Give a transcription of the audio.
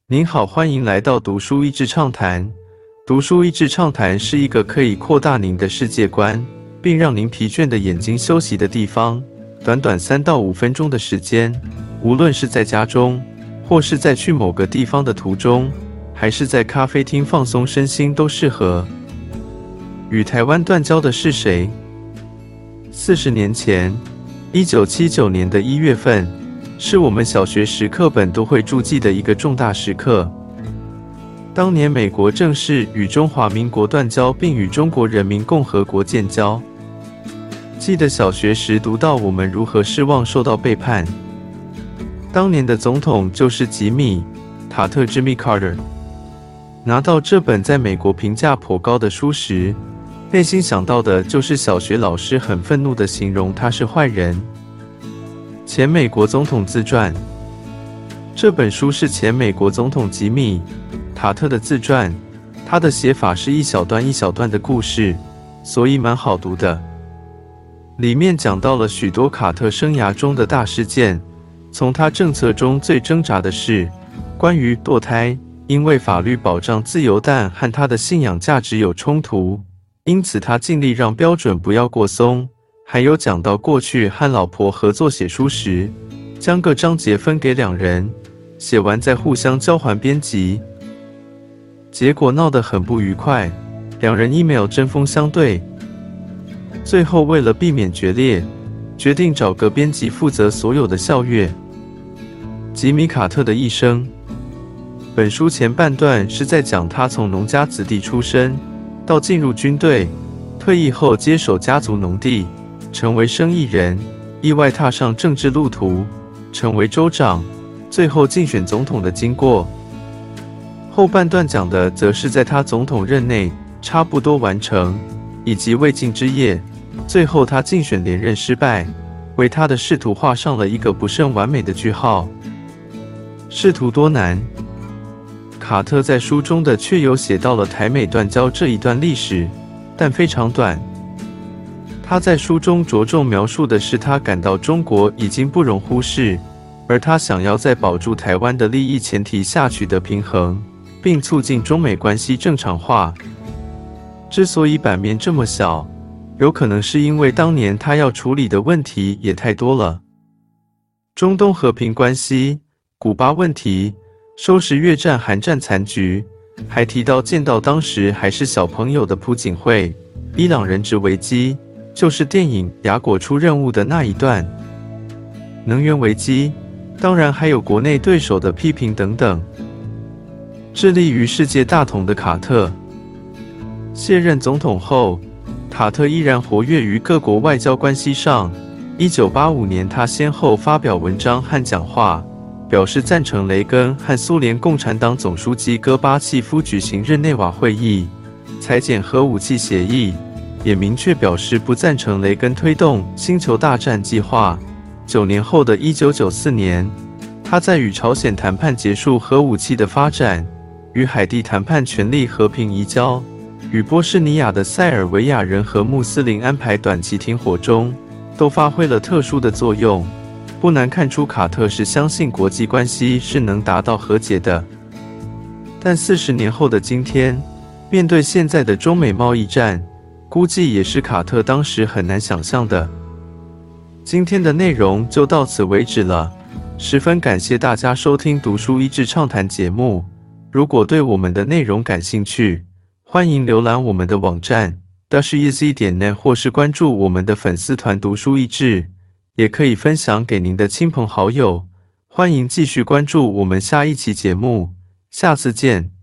您好，欢迎来到读书益智畅谈。读书益智畅谈是一个可以扩大您的世界观，并让您疲倦的眼睛休息的地方。短短3到5分钟的时间，无论是在家中，或是在去某个地方的途中，还是在咖啡厅放松身心都适合。与台湾断交的是谁？40年前，1979年的1月份，是我们小学时课本都会注记的一个重大时刻。当年美国正式与中华民国断交，并与中国人民共和国建交。记得小学时读到我们如何失望，受到背叛。当年的总统就是吉米·卡特 （Jimmy Carter）。拿到这本在美国评价颇高的书时，内心想到的就是小学老师很愤怒地形容他是坏人。前美国总统自传。这本书是前美国总统吉米·卡特的自传，他的写法是一小段一小段的故事，所以蛮好读的。里面讲到了许多卡特生涯中的大事件，从他政策中最挣扎的是关于堕胎，因为法律保障自由但和他的信仰价值有冲突，因此他尽力让标准不要过松。还有讲到过去和老婆合作写书时，将各章节分给2人，写完再互相交还编辑，结果闹得很不愉快，2人 email 针锋相对。最后为了避免决裂，决定找个编辑负责所有的校阅。吉米·卡特的一生。本书前半段是在讲他从农家子弟出身，到进入军队，退役后接手家族农地，成为生意人，意外踏上政治路途，成为州长，最后竞选总统的经过。后半段讲的则是在他总统任内差不多完成，以及未竟之业，最后他竞选连任失败，为他的仕途画上了一个不甚完美的句号。仕途多难？卡特在书中的确有写到了台美断交这一段历史，但非常短。他在书中着重描述的是他感到中国已经不容忽视，而他想要在保住台湾的利益前提下取得平衡，并促进中美关系正常化。之所以版面这么小，有可能是因为当年他要处理的问题也太多了。中东和平关系、古巴问题、收拾越战韩战残局，还提到见到当时还是小朋友的朴槿惠，伊朗人质危机，就是电影《雅果出任务》的那一段。能源危机，当然还有国内对手的批评等等。致力于世界大同的卡特。卸任总统后，卡特依然活跃于各国外交关系上。1985年，他先后发表文章和讲话，表示赞成雷根和苏联共产党总书记戈巴契夫举行日内瓦会议，裁减核武器协议，也明确表示不赞成雷根推动星球大战计划。9年后的1994年，他在与朝鲜谈判结束核武器的发展，与海地谈判权力和平移交，与波士尼亚的塞尔维亚人和穆斯林安排短期停火中，都发挥了特殊的作用。不难看出，卡特是相信国际关系是能达到和解的。但40年后的今天，面对现在的中美贸易战，估计也是卡特当时很难想象的。今天的内容就到此为止了，十分感谢大家收听读书益智畅谈节目。如果对我们的内容感兴趣，欢迎浏览我们的网站 dashiz.net 或是关注我们的粉丝团读书益智，也可以分享给您的亲朋好友。欢迎继续关注我们下一期节目，下次见。